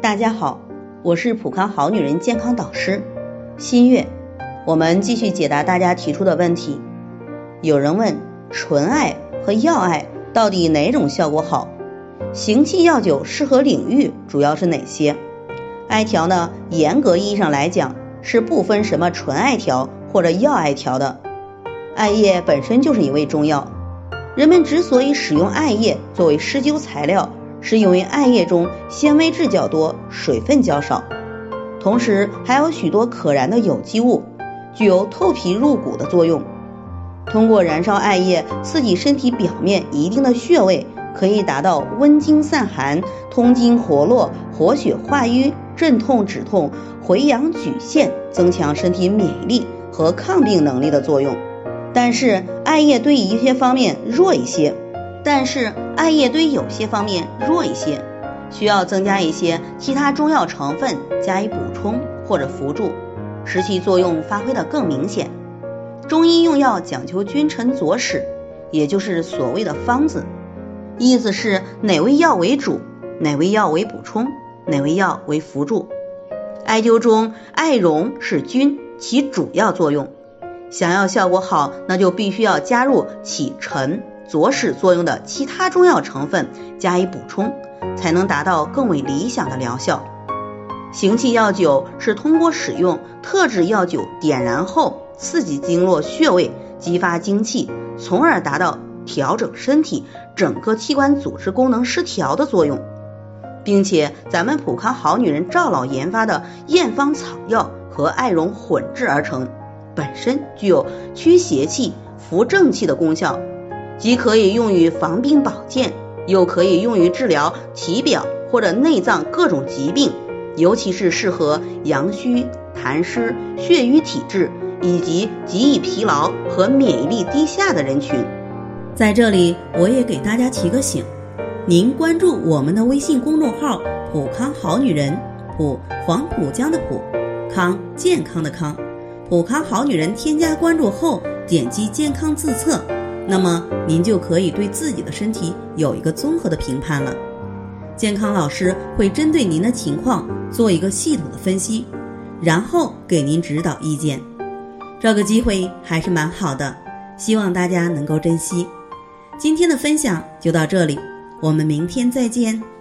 大家好，我是普康好女人健康导师新月，我们继续解答大家提出的问题。有人问，纯艾和药艾到底哪种效果好？行气药酒适合领域主要是哪些？艾条呢，严格意义上来讲是不分什么纯艾条或者药艾条的。艾叶本身就是一味中药，人们之所以使用艾叶作为施灸材料，是因为艾叶中纤维质较多，水分较少，同时还有许多可燃的有机物，具有透皮入骨的作用。通过燃烧艾叶刺激身体表面一定的穴位，可以达到温经散寒、通经活络、活血化瘀、镇痛止痛、回阳举陷，增强身体免疫力和抗病能力的作用。但是艾叶对有些方面弱一些，需要增加一些其他中药成分加以补充或者辅助，使其作用发挥得更明显。中医用药讲究君臣佐使，也就是所谓的方子，意思是哪味药为主，哪味药为补充，哪味药为辅助。艾灸中艾绒是君，起主要作用。想要效果好，那就必须要加入起臣佐使作用的其他中药成分加以补充，才能达到更为理想的疗效。行气药酒是通过使用特制药酒点燃后刺激经络穴位，激发精气，从而达到调整身体整个器官组织功能失调的作用。并且咱们普康好女人赵老研发的验方草药和艾绒混制而成，本身具有驱邪气、扶正气的功效，既可以用于防病保健，又可以用于治疗体表或者内脏各种疾病，尤其是适合阳虚、痰湿、血瘀体质以及极易疲劳和免疫力低下的人群。 在这里我也给大家提个醒，您关注我们的微信公众号普康好女人，普黄浦江的普，康健康的康，普康好女人添加关注后点击健康自测，那么您就可以对自己的身体有一个综合的评判了。健康老师会针对您的情况做一个系统的分析，然后给您指导意见。这个机会还是蛮好的，希望大家能够珍惜。今天的分享就到这里，我们明天再见。